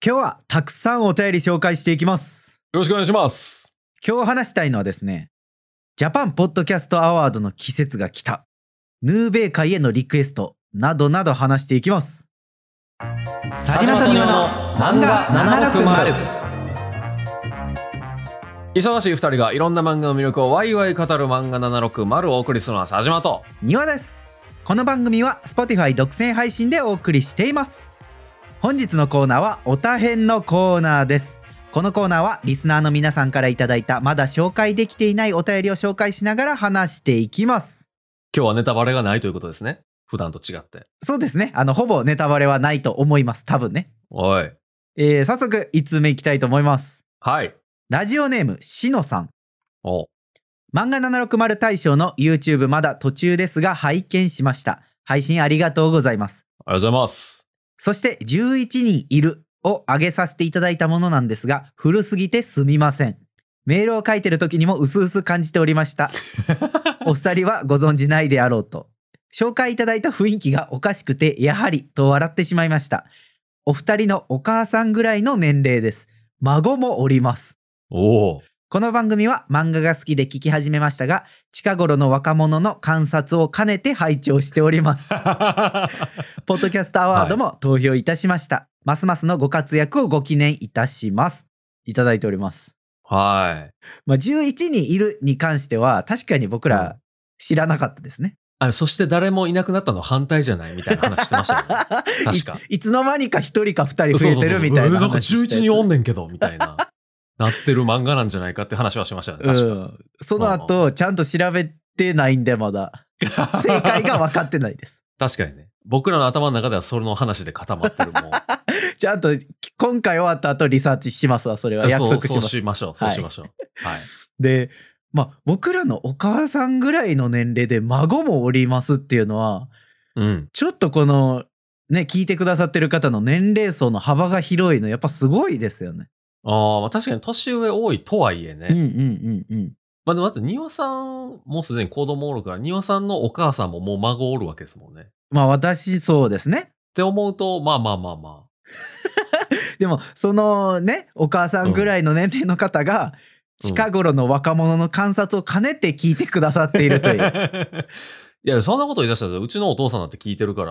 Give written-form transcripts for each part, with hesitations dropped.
今日はたくさんお便り紹介していきます。 よろしくお願いします。 今日話したいのはですね、ジャパンポッドキャストアワードの季節が来た、ヌーベイ会へのリクエストなどなど話していきます。 佐島と庭の漫画760。忙しい2人がいろんな漫画の魅力をワイワイ語る漫画760をお送りするのは佐島と庭です。この番組は Spotify 独占配信でお送りしています。本日のコーナーはおたへんのコーナーです。このコーナーはリスナーの皆さんからいただいたまだ紹介できていないお便りを紹介しながら話していきます。 今日はネタバレがないということですね。普段と違って。 そうですね、ほぼネタバレはないと思います、多分ね。 おい、 早速1通目いきたいと思います。 はい。 ラジオネームしのさん。 お漫画760大賞の YouTube まだ途中ですが拝見しました。配信ありがとうございます。 ありがとうございます。 そして11人いるを上げさせていただいたものなんですが、古すぎてすみません。メールを書いてる時にも薄々感じておりました。お二人はご存じないであろうと。紹介いただいた雰囲気がおかしくてやはりと笑ってしまいました。お二人のお母さんぐらいの年齢です。孫もおります。 おー。 この番組は漫画が好きで聞き始めましたが、近頃の若者の観察を兼ねて拝聴しております。ポッドキャストアワードも投票いたしました。はい、ますますのご活躍をご記念いたします。いただいております。 はい。 11人いるに関しては確かに僕ら知らなかったですね。 そして誰もいなくなったの反対じゃないみたいな話してましたよね。確か。 いつの間にか1人か2人増えてるみたいな話して。 なんか11人おんねんけどみたいな。なってる漫画なんじゃないかって話はしましたよね。確か。 その後ちゃんと調べてないんでまだ正解が分かってないです。 確かにね。僕らの頭の中ではその話で固まってるもん。 ちゃんと今回終わった後リサーチしますわ。それは約束します。 そうしましょう。そうしましょう。はい。 で、僕らのお母さんぐらいの年齢で孫もおりますっていうのは、ちょっとこのね聞いてくださってる方の年齢層の幅が広いのやっぱすごいですよね。 確かに年上多いとはいえね。でもだって庭さんもうすでに子供おるから庭さんのお母さんももう孫おるわけですもんね。 私そうですねって思うとまあでもそのねお母さんぐらいの年齢の方が、近頃の若者の観察を兼ねて聞いてくださっているという。 いや、そんなこと言い出したら、うちのお父さんだって聞いてるから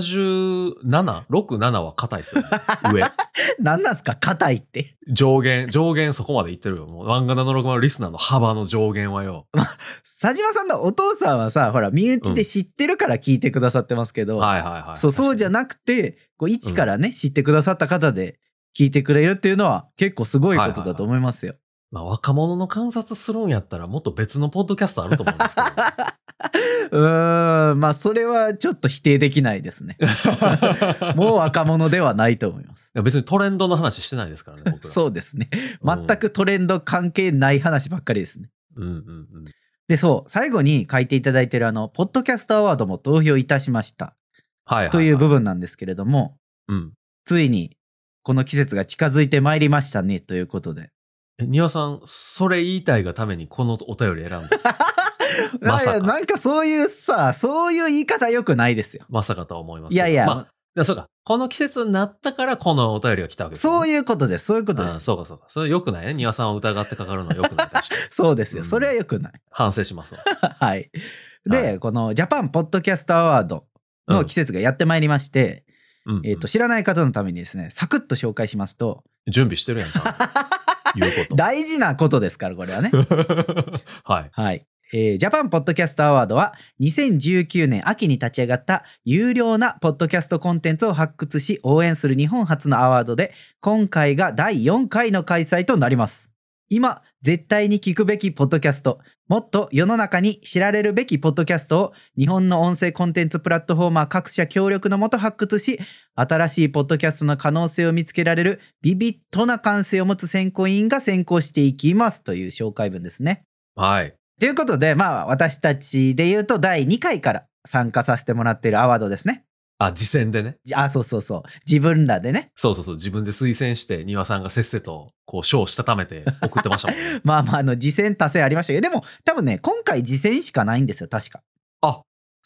、77、6、7は硬いっすよね。上。 何なんすか硬いって。 上限そこまでいってるよ。もう漫画760リスナーの幅の上限はよ。 佐島さんのお父さんはさ、ほら、身内で知ってるから聞いてくださってますけど、そうじゃなくて、一からね、知ってくださった方で聞いてくれるっていうのは結構すごいことだと思いますよ。 若者の観察するんやったらもっと別のポッドキャストあると思うんですけど。 それはちょっと否定できないですね。もう若者ではないと思います。 別にトレンドの話してないですからね、僕ら。 そうですね。全くトレンド関係ない話ばっかりですね。で、最後に書いていただいているポッドキャストアワードも投票いたしました。という部分なんですけれども、ついにこの季節が近づいてまいりましたねということで。 庭さん、それ言いたいがためにこのお便り選んだ。まさか。 なんかそういう言い方よくないですよ。 まさかとは思いますけど。そうか。この季節になったからこのお便りが来たわけですね。 そういうことです。そういうことです。 そうか。それ良くないね。庭さんを疑ってかかるのは良くない。確かに。 そうですよ。それは良くない。 反省しますわ。 はい。で、このジャパンポッドキャストアワードの季節がやってまいりまして、知らない方のためにですね、サクッと紹介しますと。 準備してるやん、ちゃんと。 大事なことですからこれはね。 はい。 ジャパンポッドキャストアワードは2019年秋に立ち上がった有料なポッドキャストコンテンツを発掘し応援する日本初のアワードで、今回が第4回の開催となります。今絶対に聞くべきポッドキャスト、もっと世の中に知られるべきポッドキャストを日本の音声コンテンツプラットフォーマー各社協力のもと発掘し、新しいポッドキャストの可能性を見つけられるビビッドな感性を持つ選考委員が選考していきますという紹介文ですね。 はい。 ということで、私たちで言うと第2回から参加させてもらっているアワードですね。 次戦でね。 そう。自分らでね。 そう。自分で推薦して、庭さんがせっせと、賞をしたためて送ってましたもんね。 次戦多戦ありましたけど、でも多分ね、今回次戦しかないんですよ、確か。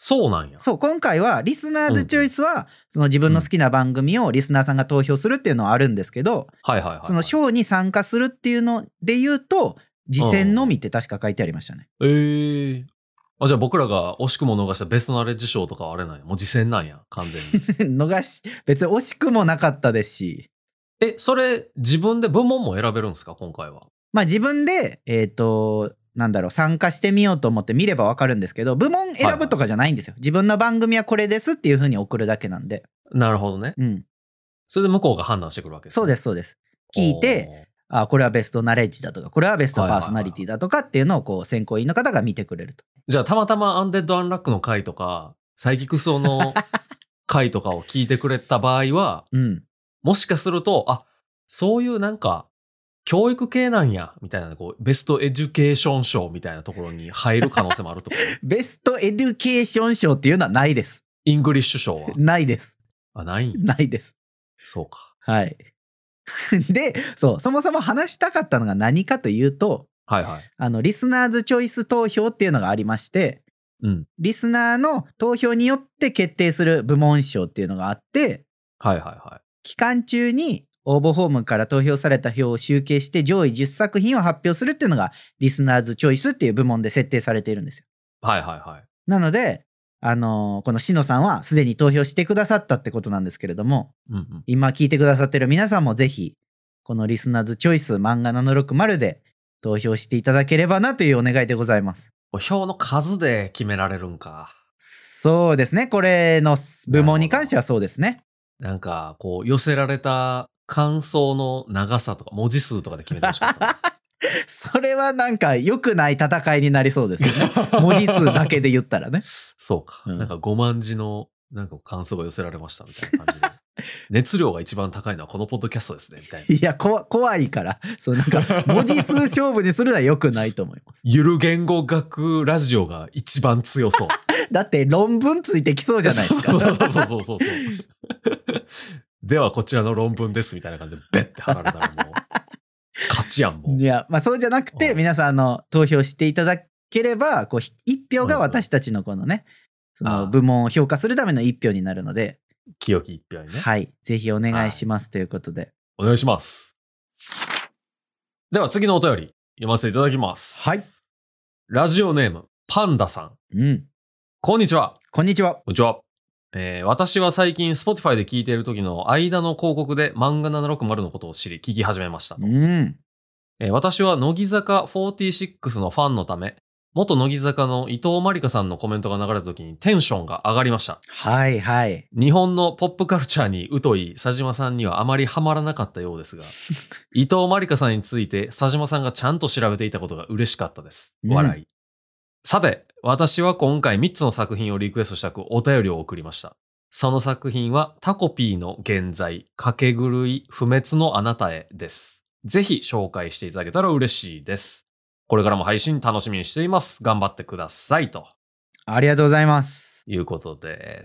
そうなんや。 そう、今回はリスナーズチョイスは、その自分の好きな番組をリスナーさんが投票するっていうのはあるんですけど、 はいはいはい、はい。 その賞に参加するっていうので言うと、次戦のみって確か書いてありましたね。 あ、じゃあ僕らが惜しくも逃したベストナレッジ賞とかはあれなんや。もう次戦なんや、完全に。 別に惜しくもなかったですし。 それ自分で部門も選べるんですか、今回は。 まあ自分で、参加してみようと思って見ればわかるんですけど、部門選ぶとかじゃないんですよ。自分の番組はこれですっていう風に送るだけなんで。 なるほどね。 うん。 それで向こうが判断してくるわけですね。 そうです、そうです。聞いて、これはベストナレッジだとか、これはベストパーソナリティだとかっていうのをこう選考委員の方が見てくれると。 じゃあたまたまアンデッド・アンラックの回とか、サイキクソの回とかを聞いてくれた場合は、もしかすると、そういうなんか、教育系なんや、みたいな、こう、ベストエデュケーション賞みたいなところに入る可能性もあると。 ベストエデュケーション賞っていうのはないです。 イングリッシュ賞はないです。 ないです。 そうか。 はい。で、そもそも話したかったのが何かというと、リスナーズチョイス投票っていうのがありまして、リスナーの投票によって決定する部門賞っていうのがあって、期間中に応募フォームから投票された票を集計して上位10作品を発表するっていうのがリスナーズチョイスっていう部門で設定されているんですよ。なので、このしのさんはすでに投票してくださったってことなんですけれども、今聞いてくださってる皆さんもぜひ、このリスナーズチョイス漫画760で投票していただければなというお願いでございます。 票の数で決められるんか。 そうですね。これの部門に関してはそうですね。 なんか、こう、寄せられた感想の長さとか文字数とかで決めてほしかった。 それはなんか良くない戦いになりそうですよね。文字数だけで言ったらね。 そうか。なんか5万字のなんか感想が寄せられましたみたいな感じで。熱量が一番高いのはこのポッドキャストですねみたいな。 いや、怖いから。なんか文字数勝負にするのは良くないと思います。 ゆる言語学ラジオが一番強そう。 だって論文ついてきそうじゃないですか。 そう。ではこちらの論文ですみたいな感じでベッて貼られたらもう勝ちやんもう。 いや、そうじゃなくて皆さん投票していただければこう一票が私たちのこのね、その部門を評価するための一票になるので、 清き一票にね。 はい、ぜひお願いしますということで。 お願いします。では次のお便り読ませていただきます。 はい。 ラジオネームパンダさん。こんにちは。 こんにちは。 私は最近 Spotify で聞いている時の間の広告で漫画760のことを知り聞き始めましたと。私は乃木坂46のファンのため、元乃木坂の伊藤まりかさんのコメントが流れた時にテンションが上がりました。 はいはい。 日本のポップカルチャーに疎い佐島さんにはあまりハマらなかったようですが、伊藤まりかさんについて佐島さんがちゃんと調べていたことが嬉しかったです。笑い。さて、私は今回3つの作品をリクエストしたくお便りを送りました。その作品はタコピーの現在、かけ狂い、不滅のあなたへです。ぜひ紹介していただけたら嬉しいです。これからも配信楽しみにしています。頑張ってくださいと。 ありがとうございます。 いうことです。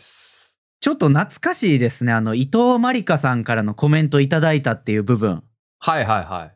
ちょっと懐かしいですね。伊藤まりかさんからのコメントいただいたっていう部分。 はい。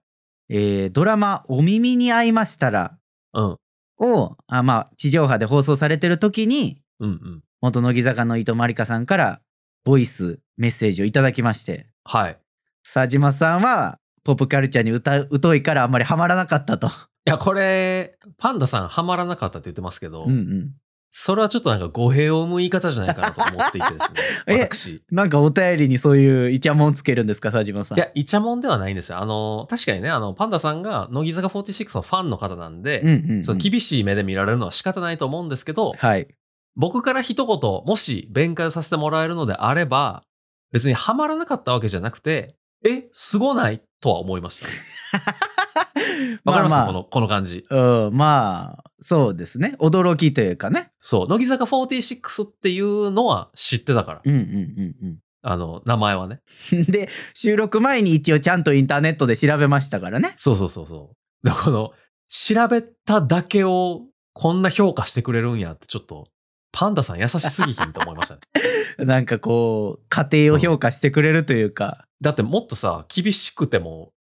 ドラマお耳に合いましたら。を地上波で放送されてる時に、元乃木坂の伊藤まりかさんからボイスメッセージをいただきまして、佐島さんはポップカルチャーに疎いからあんまりハマらなかったと。 いや、これパンダさんハマらなかったって言ってますけど、それはちょっとなんか語弊を生む言い方じゃないかなと思っていてですね。私。 なんかお便りにそういうイチャモンつけるんですか、佐島さん。 いや、イチャモンではないんですよ。確かにね、パンダさんが乃木坂46のファンの方なんで、その厳しい目で見られるのは仕方ないと思うんですけど、僕から一言、もし弁解させてもらえるのであれば、別にハマらなかったわけじゃなくて、すごないとは思いました。わかりますこの感じ。 そうですね。驚きというかね。 そう。乃木坂46っていうのは知ってたから。名前はね。 で、収録前に一応ちゃんとインターネットで調べましたからね。 そう。で、調べただけをこんな評価してくれるんやってちょっと、パンダさん優しすぎひんと思いましたね。 なんかこう、家庭を評価してくれるというか。 だってもっとさ、厳しくても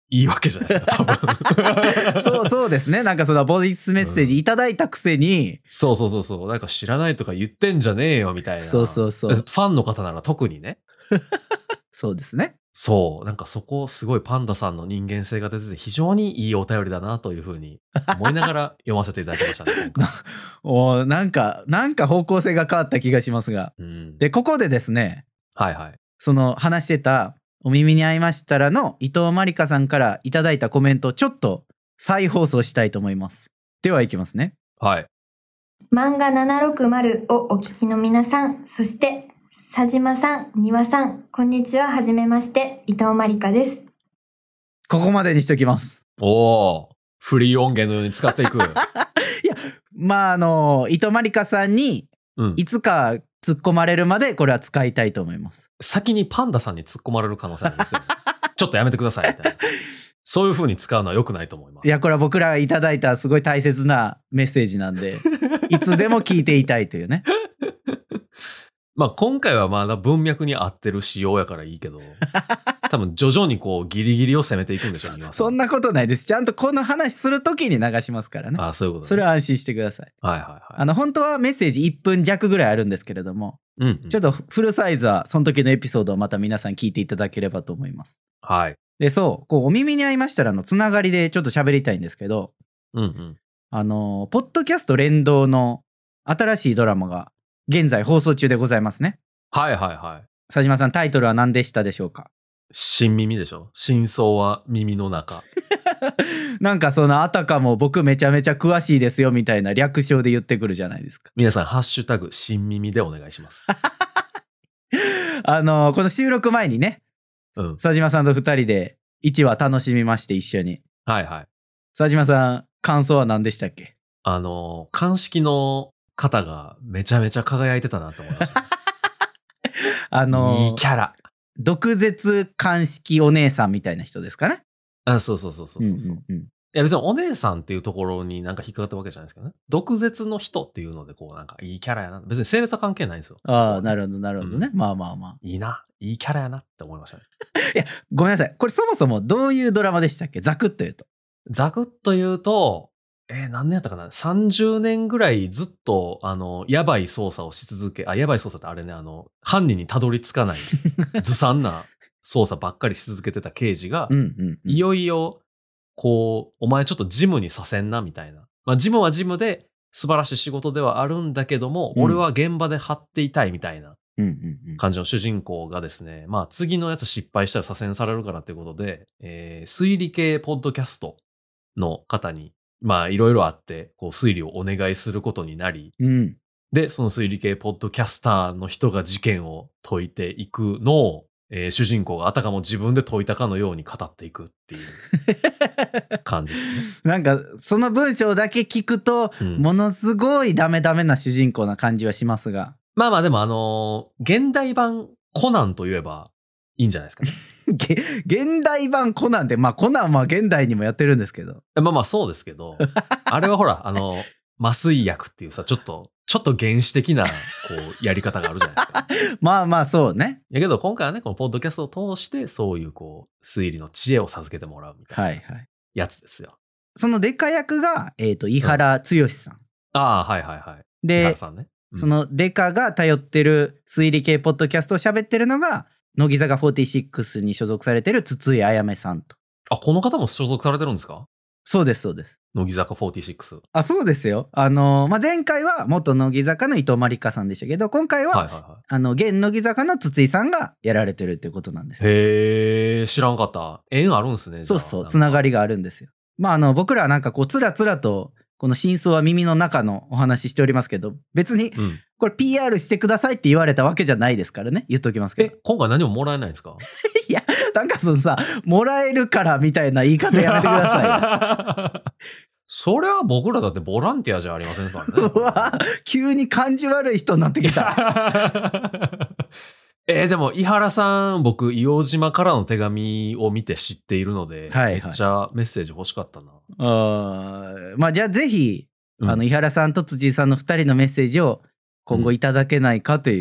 いいわけじゃないですか、多分。 そうですね。なんかそのボイスメッセージいただいたくせに、 そう。なんか知らないとか言ってんじゃねえよみたいな。 そう。 ファンの方なら特にね。 そうですね。 そう。なんかそこすごいパンダさんの人間性が出てて非常にいいお便りだなというふうに思いながら読ませていただきましたね。 なんか方向性が変わった気がしますが。 うん、 で、ここでですね、 はいはい。 その話してたお耳に合いましたらの伊藤まりかさんからいただいたコメントをちょっと再放送したいと思います。ではいきますね。 はい。 漫画760をお聞きの皆さん、そして佐島さん、丹羽さん、こんにちは。はじめまして、伊藤まりかです。 ここまでにしときます。 おー、フリー音源のように使っていく。 いや、まあ伊藤まりかさんにいつか突っ込まれるまでこれは使いたいと思います。 先にパンダさんに突っ込まれる可能性あるんですけど、ちょっとやめてくださいみたいな。そういう風に使うのは良くないと思います。 いや、これは僕らがいただいたすごい大切なメッセージなんで、いつでも聞いていたいというね。 まあ今回はまだ文脈に合ってる仕様やからいいけど、多分徐々にこうギリギリを攻めていくんでしょうね。 そんなことないです。ちゃんとこの話するときに流しますからね。 ああ、そういうこと、ね。 それは安心してください。 はいはいはい。 本当はメッセージ1分弱ぐらいあるんですけれども、 うんうん、 ちょっとフルサイズはその時のエピソードをまた皆さん聞いていただければと思います。 はい。 で、こうお耳に合いましたらのつながりでちょっと喋りたいんですけど、 うんうん、 ポッドキャスト連動の新しいドラマが現在放送中でございますね。 はいはいはい。 佐島さん、タイトルは何でしたでしょうか？ 新耳でしょ？真相は耳の中。 なんかあたかも僕めちゃめちゃ詳しいですよみたいな略称で言ってくるじゃないですか。 皆さんハッシュタグ新耳でお願いします。 この収録前にね、佐島さんと2人で1話楽しみまして、一緒に。 はいはい。 佐島さん、感想は何でしたっけ？ 鑑識の方がめちゃめちゃ輝いてたなと思いました。いいキャラ。 毒舌鑑識お姉さんみたいな人ですかね。 あ、そう。いや別にお姉さんっていうところになんか引っかかったわけじゃないですけどね。毒舌の人っていうのでこうなんかいいキャラやな。別に性別は関係ないんですよ。 ああ、なるほどね。まあ。 いいな。いいキャラやなって思いましたね。 いや、ごめんなさい。これそもそもどういうドラマでしたっけ？ざくっと言うと。 ざくっと言うと、何年やったかな ?30 年ぐらいずっと、やばい捜査をし続け、やばい捜査ってあれね、犯人にたどり着かない、ずさんな捜査ばっかりし続けてた刑事が、いよいよ、こう、お前ちょっとジムにさせんな、みたいな。まあ、ジムはジムで素晴らしい仕事ではあるんだけども、俺は現場で張っていたいみたいな感じの主人公がですね、まあ、次のやつ失敗したら左遷されるからっていうことで、推理系ポッドキャストの方に、まあいろいろあってこう推理をお願いすることになり、でその推理系ポッドキャスターの人が事件を解いていくのを、主人公があたかも自分で解いたかのように語っていくっていう感じですね。 なんかその文章だけ聞くと、ものすごいダメな主人公な感じはしますが、 まあでも現代版コナンといえばいいんじゃないですかね。 現代版コナンって、まあコナンは現代にもやってるんですけど。 まあそうですけど、あれはほら、麻酔薬っていうさ、ちょっと原始的な、こう、やり方があるじゃないですか。 まあそうね。 やけど今回はね、このポッドキャストを通して、そういうこう、推理の知恵を授けてもらうみたいなやつですよ。 そのデカ役が、井原剛さん。 ああ、はい。 で、 井原さんね。 そのデカが頼ってる推理系ポッドキャストを喋ってるのが、乃木坂46に所属されてる筒井あやめさんと。 あ、この方も所属されてるんですか？ そうです。 乃木坂46。 あ、そうですよ。前回は元乃木坂の伊藤まりかさんでしたけど、今回は、現乃木坂の筒井さんがやられてるっていうことなんです。 へー、知らんかった。縁あるんですね。 そう、つながりがあるんですよ。まあ僕らはなんかこうつらつらとこの真相は耳の中のお話ししておりますけど、別にこれ PR してくださいって言われたわけじゃないですからね。言っときますけど。 今回何ももらえないんですか？ いや、なんかそのさ、もらえるからみたいな言い方やめてください。 それは僕らだってボランティアじゃありませんからね。 うわ、急に感じ悪い人になってきた。 でも井原さん、僕硫黄島からの手紙を見て知っているので、めっちゃメッセージ欲しかったな。 まあじゃあぜひ、井原さんと辻井さんの2人のメッセージを今後いただけないかという。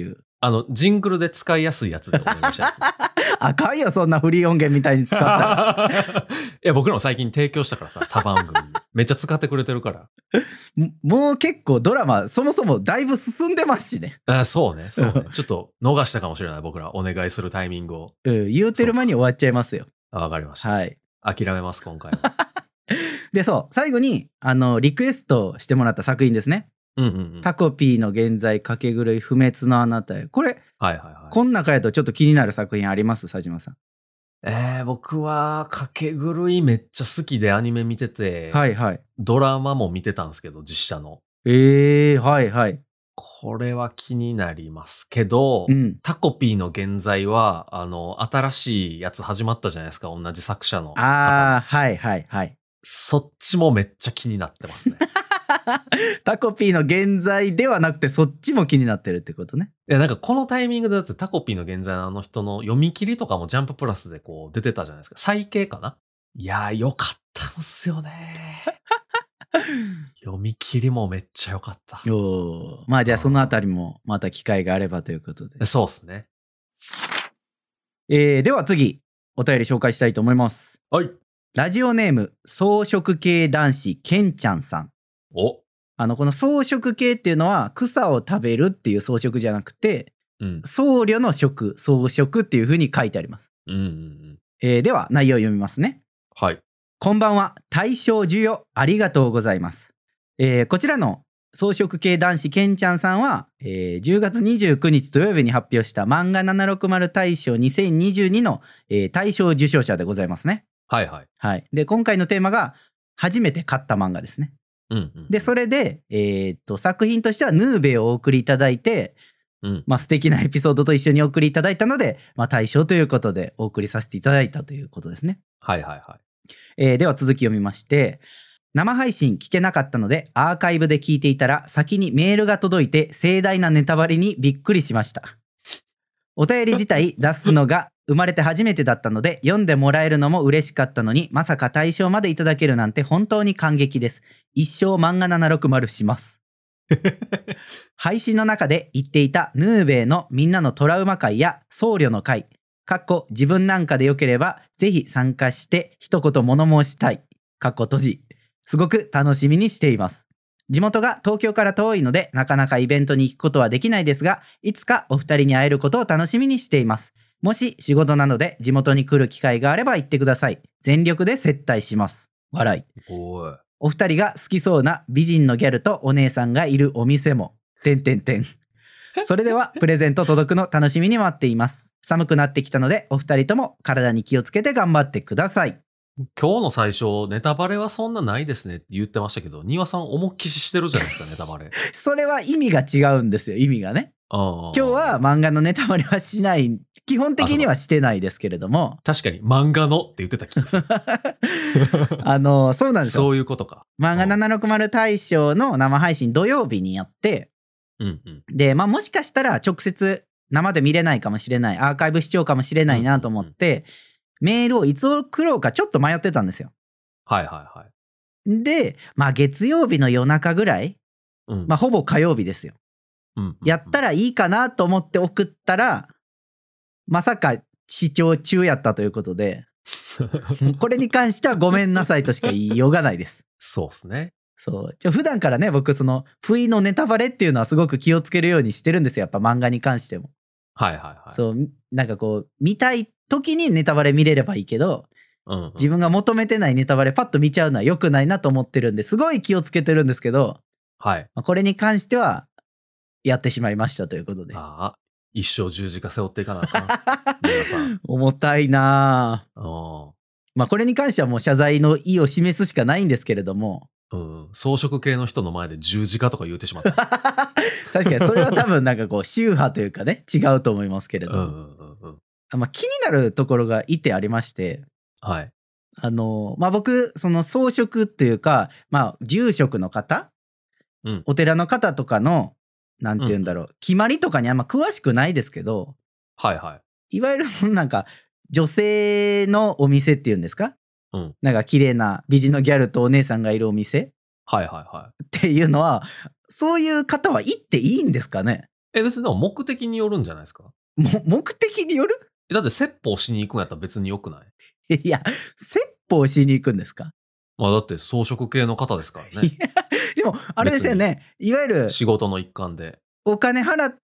ジングルで使いやすいやつでお願いします、ね。 あかんよ、そんなフリー音源みたいに使ったら。 いや、僕らも最近提供したからさ、他番組に。めっちゃ使ってくれてるから。 もう結構ドラマ、そもそもだいぶ進んでますしね。 そうね。ちょっと逃したかもしれない、僕ら。お願いするタイミングを。 言うてる間に終わっちゃいますよ。 わかりました。 はい。 諦めます、今回は。 で、最後に、リクエストしてもらった作品ですね。タコピーの現在、かけ狂い、不滅のあなたへ。これ、こん中やとちょっと気になる作品あります？佐島さん。 僕は、かけ狂いめっちゃ好きでアニメ見てて、 はいはい。 ドラマも見てたんですけど、実写の。 はいはい。 これは気になりますけど、タコピーの現在は、新しいやつ始まったじゃないですか、同じ作者の方。 はいはいはい。 そっちもめっちゃ気になってますね。 タコピーの現在ではなくてそっちも気になってるってことね。 いや、なんかこのタイミングでだってタコピーの現在の人の読み切りとかもジャンププラスでこう出てたじゃないですか。再掲かな？いやー、よかったんすよね。読み切りもめっちゃよかった。 まあじゃあそのあたりもまた機会があればということで。 そうですね。 では次、お便り紹介したいと思います。 はい。 ラジオネーム、草食系男子、ケンちゃんさん。この草食系っていうのは草を食べるっていう草食じゃなくて、僧侶の食、草食っていう風に書いてあります。では内容を読みますね。 はい。 こんばんは。大賞授与ありがとうございます。こちらの草食系男子ケンちゃんさんは、10月29日土曜日に発表した漫画760大賞2022の、大賞受賞者でございますね。 はいはい。 はい。で、今回のテーマが初めて買った漫画ですね。で、それで、作品としてはヌーベをお送りいただいて、素敵なエピソードと一緒にお送りいただいたので、大賞ということでお送りさせていただいたということですね。 はいはいはい。 では続き読みまして、生配信聞けなかったのでアーカイブで聞いていたら先にメールが届いて盛大なネタバレにびっくりしました。お便り自体出すのが生まれて初めてだったので読んでもらえるのも嬉しかったのに、まさか大賞までいただけるなんて本当に感激です。一生漫画760します。配信の中で言っていたヌーベイのみんなのトラウマ会や僧侶の会自分なんかでよければぜひ参加して一言物申したい閉じ、すごく楽しみにしています。地元が東京から遠いのでなかなかイベントに行くことはできないですが、いつかお二人に会えることを楽しみにしています。もし仕事なので地元に来る機会があれば行ってください。全力で接待します。笑い。お二人が好きそうな美人のギャルとお姉さんがいるお店も。それではプレゼント届くの楽しみに待っています。寒くなってきたのでお二人とも体に気をつけて頑張ってください。 今日の最初ネタバレはそんなないですねって言ってましたけど、庭さん思いっきししてるじゃないですかネタバレ。 それは意味が違うんですよ、意味がね。今日は漫画のネタバレはしない、基本的にはしてないですけれども。 確かに漫画のって言ってた気がする。 そうなんですよ。 そういうことか。 漫画760大賞の生配信土曜日にやって、で、もしかしたら直接生で見れないかもしれない、アーカイブ視聴かもしれないなと思って、メールをいつ送ろうかちょっと迷ってたんですよ。 はいはいはい。 で、月曜日の夜中ぐらい、ほぼ火曜日ですよ。やったらいいかなと思って送ったら、まさか視聴中やったということで、これに関してはごめんなさいとしか言いようがないです。 そうですね。 普段からね、僕不意のネタバレっていうのはすごく気をつけるようにしてるんですよ、やっぱ漫画に関しても。 はいはいはい。 なんか見たい時にネタバレ見れればいいけど、自分が求めてないネタバレパッと見ちゃうのは良くないなと思ってるんで、すごい気をつけてるんですけど、これに関してはやってしまいましたということで。 一生十字架背負っていかなあかん。皆さん。 重たいなあ。これに関してはもう謝罪の意を示すしかないんですけれども。 装飾系の人の前で十字架とか言ってしまった。 確かにそれは多分宗派というかね、違うと思いますけれども。気になるところが一点ありまして。僕装飾っていうか、住職の方、お寺の方とかのなんて言うんだろう、決まりとかにあんま詳しくないですけど、いわゆる女性のお店っていうんですか、綺麗な美人のギャルとお姉さんがいるお店っていうのは、そういう方は行っていいんですかね？ 別にでも目的によるんじゃないですか。 目的による？ だって説法しに行くんやったら別によくない？ いや、説法しに行くんですか？ まあだって装飾系の方ですからね。 でも、あれですよね。いわゆる、 仕事の一環で。 お金払って、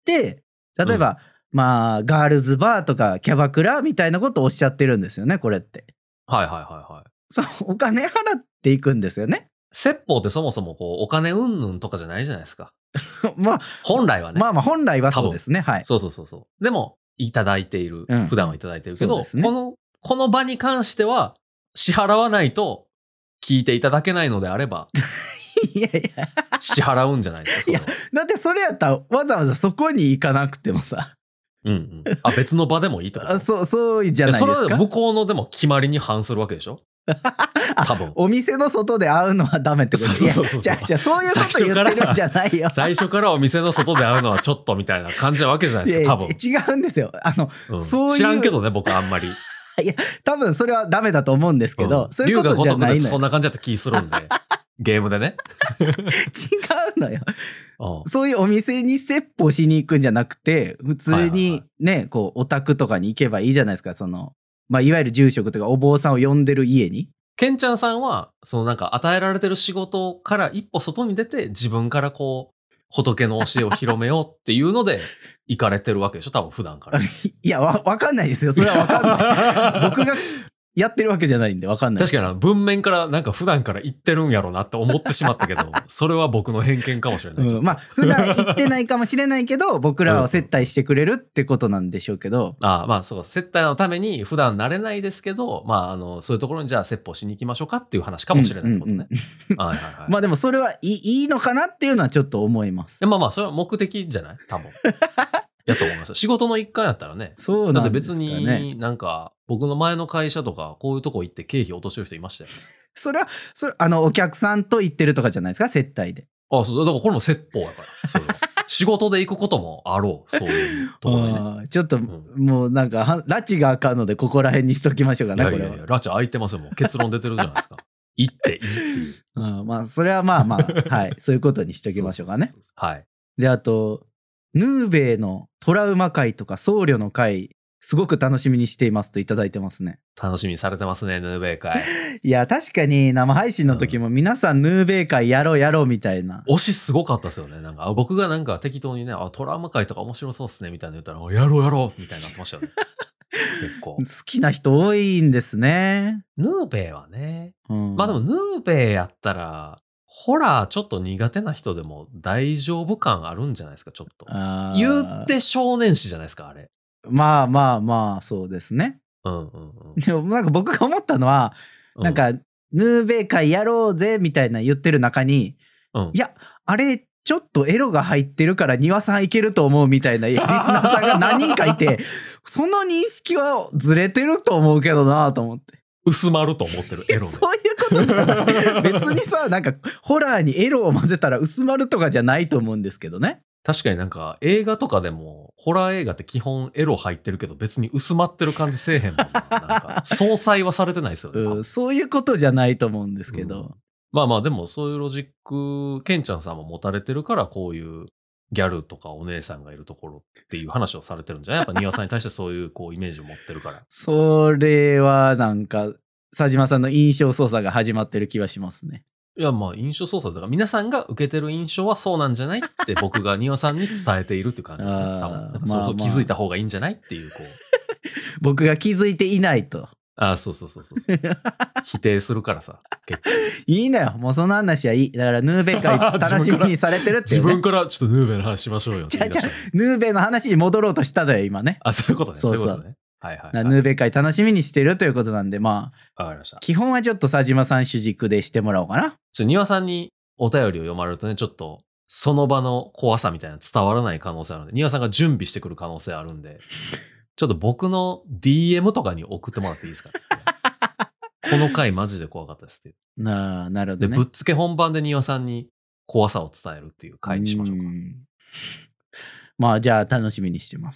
例えば、まあ、ガールズバーとかキャバクラみたいなことをおっしゃってるんですよね、これって。 はいはいはいはい。 そう、お金払っていくんですよね。 説法ってそもそもこうお金うんぬんとかじゃないじゃないですか。 まあ、 本来はね。 まあまあ、本来はそうですね。はい。 そうそうそうそう。でも、いただいている。普段はいただいてるけど、 ね、 この場に関しては、支払わないと聞いていただけないのであれば、 いやいや。 支払うんじゃないですか。 いや、だってそれやったらわざわざそこに行かなくてもさ。 別の場でもいいってこと？ そうじゃないですか。 それは向こうのでも決まりに反するわけでしょ多分。 お店の外で会うのはダメってこと？じゃあそういうこと言ってるんじゃないよ。 最初からお店の外で会うのはちょっとみたいな感じなわけじゃないですか、多分。 違うんですよ。そういう。 知らんけどね、僕あんまり。 いや、多分それはダメだと思うんですけど、そういうことじゃないのよ。 そんな感じだった気するんで。ゲームでね。 違うのよ。そういうお店に説法しに行くんじゃなくて、普通にね、こう、お宅とかに行けばいいじゃないですか。まあ、いわゆる住職とかお坊さんを呼んでる家に。 ケンちゃんさんは、なんか与えられてる仕事から一歩外に出て、自分からこう、仏の教えを広めようっていうので、行かれてるわけでしょ多分普段から。 いや、わかんないですよ。それはわかんない。僕がやってるわけじゃないんでわかんない。 確かに文面からなんか普段から言ってるんやろうなって思ってしまったけど、それは僕の偏見かもしれない。 まあ普段言ってないかもしれないけど、僕らは接待してくれるってことなんでしょうけど。 まあそう、接待のために普段慣れないですけど、まあそういうところにじゃあ説法しに行きましょうかっていう話かもしれないってことね。まあでもそれはいいのかなっていうのはちょっと思います。 まあそれは目的じゃない多分。やと思います。仕事の一環やったらね。 そうなんですかね。 だって別になんか僕の前の会社とかこういうとこ行って経費落としてる人いましたよ。 それはお客さんと行ってるとかじゃないですか、接待で。 そうだからこれも説法やから。それは仕事で行くこともあろう、そういうところでね。 ちょっと、もうなんか拉致があかんのでここら辺にしときましょうかね。 いや拉致空いてますよ。もう結論出てるじゃないですか。行っていいっていう。 まあそれはまあはいそういうことにしときましょうかね。 はい。 であとヌーベイのトラウマ会とか僧侶の会、すごく楽しみにしていますといただいてますね。 楽しみにされてますね、ヌーベイ会。 いや、確かに生配信の時も皆さんヌーベイ会やろうみたいな。 推しすごかったですよね。なんか僕がなんか適当にね、トラウマ会とか面白そうっすねみたいな言ったら、やろうみたいになってましたよね。結構。 好きな人多いんですね。 ヌーベイはね。まあでもヌーベイやったら、ホラーちょっと苦手な人でも大丈夫感あるんじゃないですか、ちょっと。言って少年誌じゃないですか、あれ。 まあ、そうですね。でもなんか僕が思ったのは、なんか、ヌーベイ会やろうぜみたいな言ってる中に、いや、あれ、ちょっとエロが入ってるから庭さんいけると思うみたいなリスナーさんが何人かいて、その認識はずれてると思うけどなと思って。 薄まると思ってるエロで。 そういうことじゃない。別にさ、なんかホラーにエロを混ぜたら薄まるとかじゃないと思うんですけどね。 確かになんか映画とかでもホラー映画って基本エロ入ってるけど別に薄まってる感じせえへんもんな。なんか相殺はされてないですよね。 そういうことじゃないと思うんですけど。 まあでもそういうロジック、ケンちゃんさんも持たれてるからこういうギャルとかお姉さんがいるところっていう話をされてるんじゃない？やっぱ庭さんに対してそういうこうイメージを持ってるから。 それはなんか佐島さんの印象操作が始まってる気はしますね。 いや印象操作だから皆さんが受けてる印象はそうなんじゃないって僕が庭さんに伝えているっていう感じですね。多分そう気づいた方がいいんじゃないっていうこう。 僕が気づいていないと。 そう。否定するからさ。結構いいのよ。もうその話はいい。だからヌーベイ会楽しみにされてるっていう、 自分からちょっとヌーベイの話しましょうよって言い出した。 ヌーベイの話に戻ろうとしたのよ、今ね。 そういうことね。そういうことね。はい。 ヌーベイ会楽しみにしてるということなんで、 わかりました。 基本はちょっと佐島さん主軸でしてもらおうかな。 庭さんにお便りを読まれるとね、ちょっとその場の怖さみたいな伝わらない可能性あるんで、庭さんが準備してくる可能性あるんで、ちょっと僕の DM とかに送ってもらっていいですか？この回マジで怖かったですって。 なるほどね。 で、ぶっつけ本番で庭さんに怖さを伝えるっていう回にしましょうか。 じゃあ楽しみにしてます。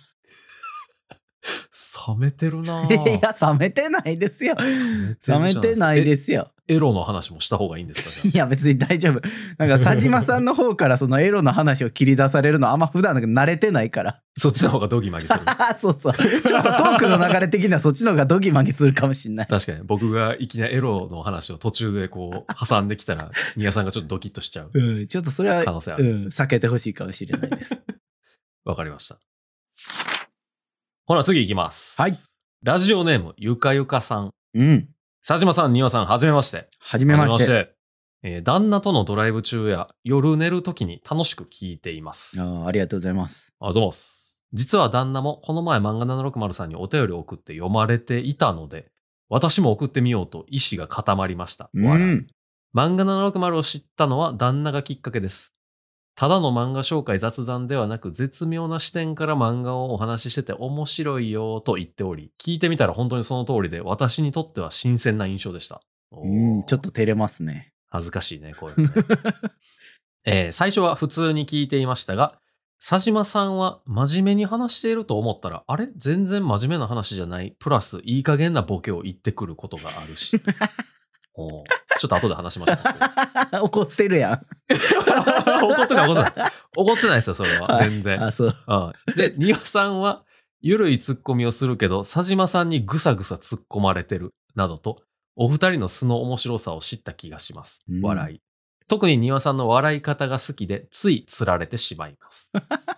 冷めてるなぁ。 いや、冷めてないですよ。冷めてないですよ。 エロの話もした方がいいんですか？じゃいや別に大丈夫。なんか佐島さんの方からそのエロの話を切り出されるのあんま普段慣れてないから。 そっちの方がドギマギする。 そうそう。ちょっとトークの流れ的にはそっちの方がドギマギするかもしんない。 確かに僕がいきなりエロの話を途中でこう挟んできたらニヤさんがちょっとドキッとしちゃう。 ちょっとそれは可能性ある。 避けてほしいかもしれないです。 わかりました。ほな次いきます。 はい。 ラジオネームゆかゆかさん。佐島さん、庭さん、はじめまして。 はじめまして。 旦那とのドライブ中や夜寝るときに楽しく聞いています。 ありがとうございます。 どうも。実は旦那もこの前漫画760さんにお便りを送って読まれていたので、私も送ってみようと意志が固まりました。漫画760を知ったのは旦那がきっかけです。ただの漫画紹介雑談ではなく絶妙な視点から漫画をお話ししてて面白いよと言っており、聞いてみたら本当にその通りで私にとっては新鮮な印象でした。 ちょっと照れますね。 恥ずかしいね、こういうのね。最初は普通に聞いていましたが、佐島さんは真面目に話していると思ったら、あれ全然真面目な話じゃない、プラスいい加減なボケを言ってくることがあるし。ちょっと後で話しましょう。 怒ってるやん。 怒ってないですよ、それは。全然。 そう。 で、庭さんは、ゆるいツッコミをするけど、佐島さんにぐさぐさ突っ込まれてる、などと、お二人の素の面白さを知った気がします。笑い。特に庭さんの笑い方が好きで、つい釣られてしまいます。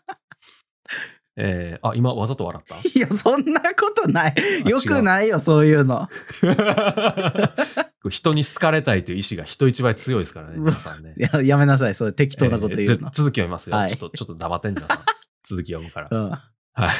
今わざと笑った？ いや、そんなことない。よくないよ、そういうの。 人に好かれたいという意志が人一倍強いですからね、皆さんね。 やめなさい、そう適当なこと言うの。 続き読みますよ。 はい、 ちょっと黙ってん皆さん。続き読むから。はい。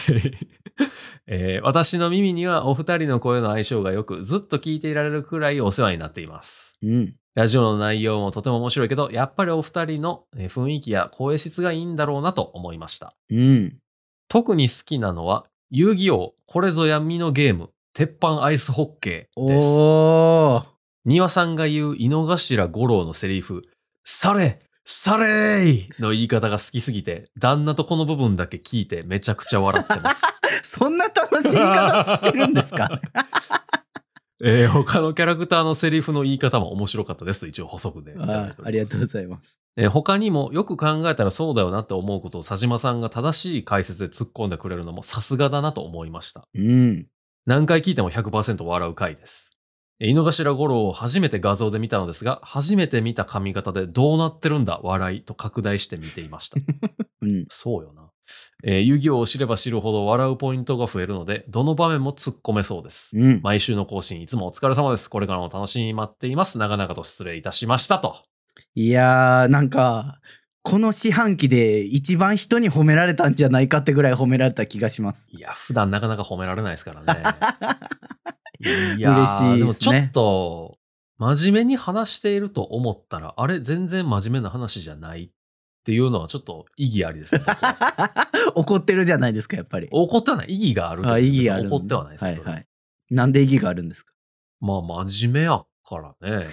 私の耳にはお二人の声の相性がよく、ずっと聞いていられるくらいお世話になっています。ラジオの内容もとても面白いけど、やっぱりお二人の雰囲気や声質がいいんだろうなと思いました。特に好きなのは、遊戯王、これぞ闇のゲーム、鉄板アイスホッケーです。庭さんが言う井の頭五郎のセリフ、されーの言い方が好きすぎて、旦那とこの部分だけ聞いてめちゃくちゃ笑ってます。 そんな楽しみ方してるんですか？ 他のキャラクターのセリフの言い方も面白かったです。一応補足で。 ありがとうございます。 他にもよく考えたらそうだよなって思うことを佐島さんが正しい解説で突っ込んでくれるのもさすがだなと思いました。何回聞いても 100% 笑う回です。井の頭五郎を初めて画像で見たのですが、初めて見た髪型でどうなってるんだ笑いと拡大して見ていました。そうよな。遊戯王を知れば知るほど笑うポイントが増えるので、どの場面も突っ込めそうです。毎週の更新いつもお疲れ様です。これからも楽しみに待っています。長々と失礼いたしましたと。 いやー、なんか、この四半期で一番人に褒められたんじゃないかってぐらい褒められた気がします。 いや、普段なかなか褒められないですからね。いや嬉しいですね。 でもちょっと、真面目に話していると思ったら、あれ全然真面目な話じゃないっていうのはちょっと意義ありですね。 怒ってるじゃないですか、やっぱり。 怒ってはない。意義があると。 意義ある。 怒ってはないですよ。 はい。なんで意義があるんですか？ まあ、真面目やからね。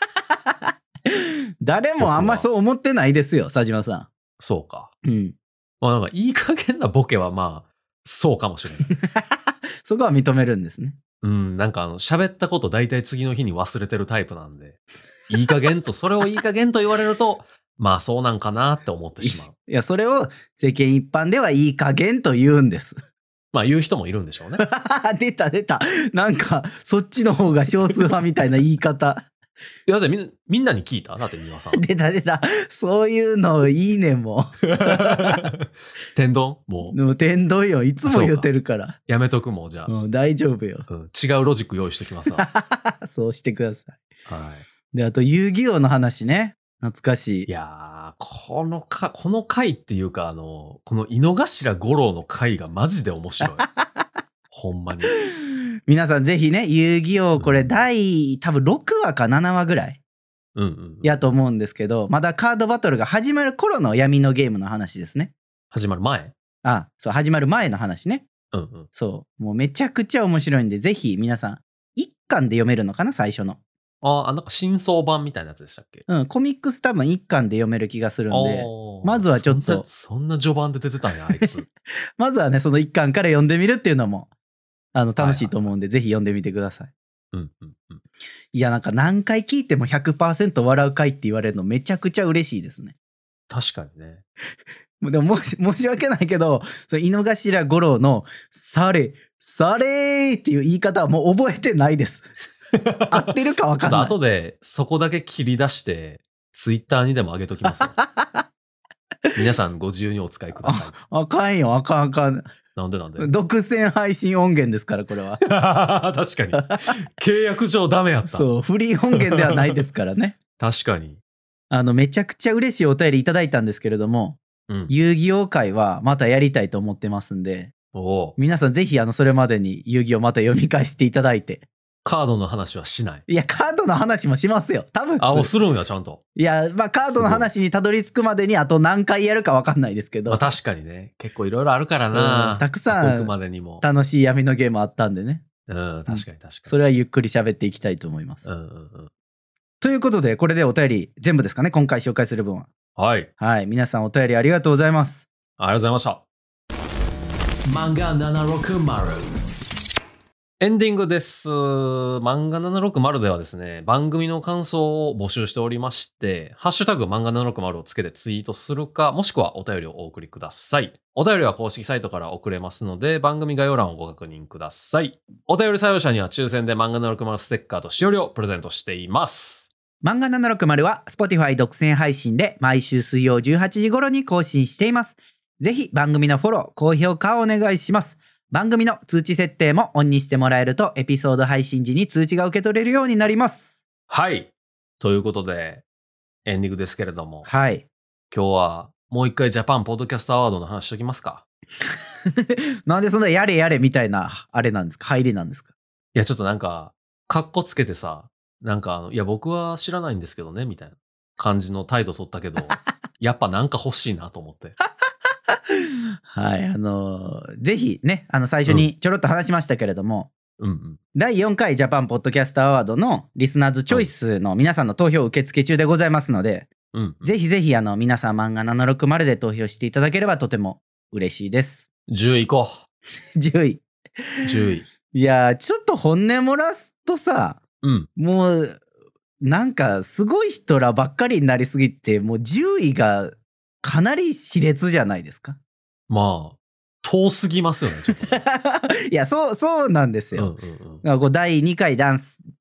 誰もあんまそう思ってないですよ、佐島さん。 そうか。まあなんかいい加減なボケはまあ、そうかもしれない。 そこは認めるんですね。 なんか喋ったこと大体次の日に忘れてるタイプなんで、いい加減と、それをいい加減と言われると、まあそうなんかなって思ってしまう。 いや、それを世間一般ではいい加減と言うんです。 まあ言う人もいるんでしょうね。 出た。なんか、そっちの方が少数派みたいな言い方。 いや、だってみんなに聞いた？だって皆さん。 出た。そういうのいいね、もう。 天丼もう。 天丼よ。いつも言ってるから。 やめとくもん、じゃあ。 大丈夫よ、 違うロジック用意しときますわ。 そうしてください。 はい。 で、あと遊戯王の話ね。懐かしい。 いやー、この回っていうか、この井の頭五郎の回がマジで面白い。ほんまに。 皆さんぜひね、遊戯王これ多分6話か7話ぐらいやと思うんですけど、まだカードバトルが始まる頃の闇のゲームの話ですね。 始まる前？ そう、始まる前の話ね。そう、もうめちゃくちゃ面白いんで、ぜひ皆さん、一巻で読めるのかな、最初の。 なんか新装版みたいなやつでしたっけ？ コミックス多分一巻で読める気がするんで、まずはちょっと。 そんな序盤で出てたんや、あいつ。 まずはね、その一巻から読んでみるっていうのも、楽しいと思うんで、ぜひ読んでみてください。 うんうんうん。 いや、なんか何回聞いても 100% 笑う回って言われるのめちゃくちゃ嬉しいですね。 確かにね。 でも申し訳ないけど、その井の頭五郎のされーっていう言い方はもう覚えてないです。合ってるか分ちょっとかんない。 後でそこだけ切り出して、ツイッターにでも上げときますよ。皆さんご自由にお使いください。 あかんよ、あかん。 なんで独占配信音源ですから、これは。 確かに。契約上ダメやった。 そう、フリー音源ではないですからね。 確かに。 めちゃくちゃ嬉しいお便りいただいたんですけれども、遊戯王会はまたやりたいと思ってますんで、皆さんぜひそれまでに遊戯王また読み返していただいて。 カードの話はしない。 いや、カードの話もしますよ。多分。 もうするんや、ちゃんと。 いや、まあ、カードの話にたどり着くまでにあと何回やるか分かんないですけど。 まあ、確かにね。結構いろいろあるからな。 たくさん楽しい闇のゲームあったんでね。 確かに。 それはゆっくり喋っていきたいと思います。ということで、これでお便り全部ですかね、今回紹介する分は。 はい。 はい。皆さんお便りありがとうございます。 ありがとうございました。漫画760。エンディングです。漫画760ではですね、番組の感想を募集しておりまして、ハッシュタグ漫画760をつけてツイートするか、もしくはお便りをお送りください。お便りは公式サイトから送れますので、番組概要欄をご確認ください。お便り採用者には抽選で漫画760ステッカーとしおりをプレゼントしています。 漫画760は Spotify 独占配信で毎週水曜18時頃に更新しています。ぜひ番組のフォロー、高評価をお願いします。番組の通知設定もオンにしてもらえるとエピソード配信時に通知が受け取れるようになります。 はい。ということで、エンディングですけれども。 はい。 今日はもう一回ジャパンポッドキャストアワードの話しときますか。 なんでそんなやれみたいな、あれなんですか、入りなんですか。 いや、ちょっとなんか、カッコつけてさ、なんかいや、僕は知らないんですけどね、みたいな感じの態度取ったけど、やっぱなんか欲しいなと思って。 はい、ぜひね、最初にちょろっと話しましたけれども、第4回ジャパンポッドキャストアワードのリスナーズチョイスの皆さんの投票受付中でございますので、ぜひぜひ皆さん漫画760で投票していただければとても嬉しいです。 10位いこう。10位。いやちょっと本音漏らすとさ、もうなんかすごい人らばっかりになりすぎて、もう10位がかなり熾烈じゃないですか。 まあ遠すぎますよね、ちょっと。 いや、そうなんですよ。第2回、第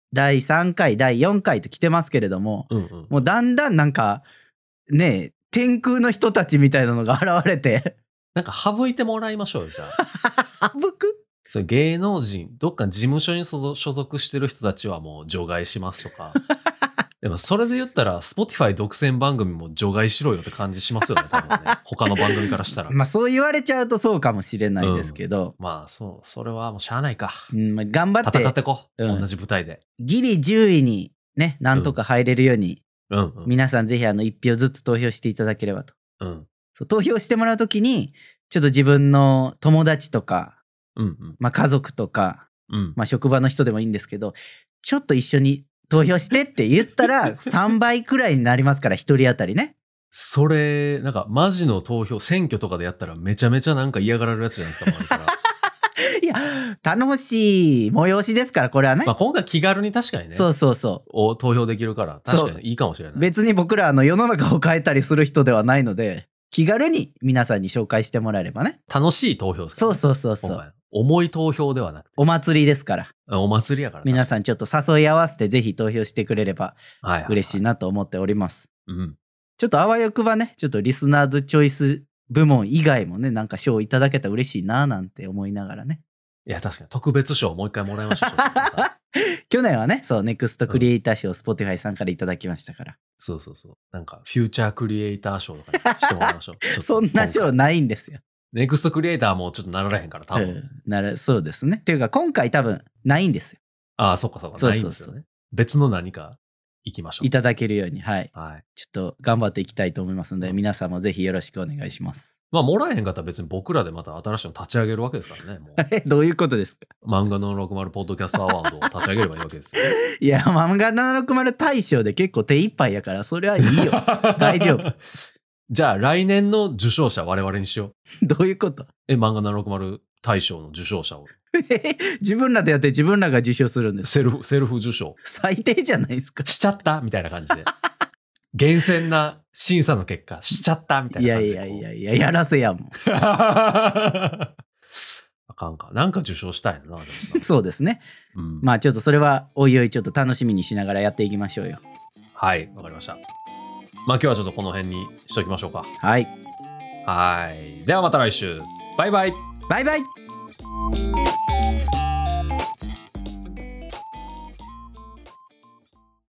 3回、第4回と来てますけれども、もうだんだんなんか、ね、天空の人たちみたいなのが現れて。 なんか省いてもらいましょうよ、じゃあ。省く？ それ芸能人、どっか事務所に所属してる人たちはもう除外しますとか。でもそれで言ったら Spotify 独占番組も除外しろよって感じしますよね、多分ね。他の番組からしたら。 まあそう言われちゃうとそうかもしれないですけど、 まあそれはもうしゃあないか。 頑張って戦ってこう、同じ舞台で。 ギリ10位にね、なんとか入れるように、皆さんぜひ1票ずつ投票していただければと。そう投票してもらうときにちょっと自分の友達とか、まあ家族とか、まあ職場の人でもいいんですけど、ちょっと一緒に投票してって言ったら3倍くらいになりますから、1人当たりね。 それなんかマジの投票、選挙とかでやったらめちゃめちゃなんか嫌がられるやつじゃないですか、周りから。 いや楽しい催しですから、これはね。 まあ今回気軽に確かにね。 そう投票できるから確かにいいかもしれない。 別に僕ら世の中を変えたりする人ではないので、気軽に皆さんに紹介してもらえればね。 楽しい投票ですからね。 そう。 重い投票ではなくて。 お祭りですから。 お祭りやから。 皆さんちょっと誘い合わせてぜひ投票してくれれば嬉しいなと思っております。ちょっとあわよくばね、ちょっとリスナーズチョイス部門以外もね、なんか賞いただけたら嬉しいななんて思いながらね。 いや確かに特別賞もう一回もらいましょう。 去年はね、そうネクストクリエイター賞、Spotify さんからいただきましたから。 そう。なんかフューチャークリエイター賞とかにしてもらいましょう。 そんな賞ないんですよ。 ネクストクリエイターもちょっとなられへんから多分。 そうですね。っていうか今回多分ないんですよ。 ああ、そっか。ないんですよね。別の何か行きましょう。 いただけるように、はい。ちょっと頑張っていきたいと思いますので、皆さんもぜひよろしくお願いします。 まあ、もらえへんかったら別に僕らでまた新しいの立ち上げるわけですからね。もうどういうことですか？ 漫画の60ポッドキャストアワードを立ち上げればいいわけですよ。 いや、漫画760大賞で結構手一杯やから、それはいいよ。大丈夫。 じゃあ来年の受賞者我々にしよう。どういうこと？ 漫画760大賞の受賞者を自分らでやって自分らが受賞するんです。 セルフ受賞。 最低じゃないですか。 しちゃったみたいな感じで。厳選な審査の結果、しちゃったみたいな感じで。 いや、やらせやもん。 あかんか。なんか受賞したいな。 そうですね。まあちょっとそれはおいおいちょっと楽しみにしながらやっていきましょうよ。 はい、わかりました。まあ今日はちょっとこの辺にしときましょうか。 はい。 はい。ではまた来週。バイバイ。 バイバイ。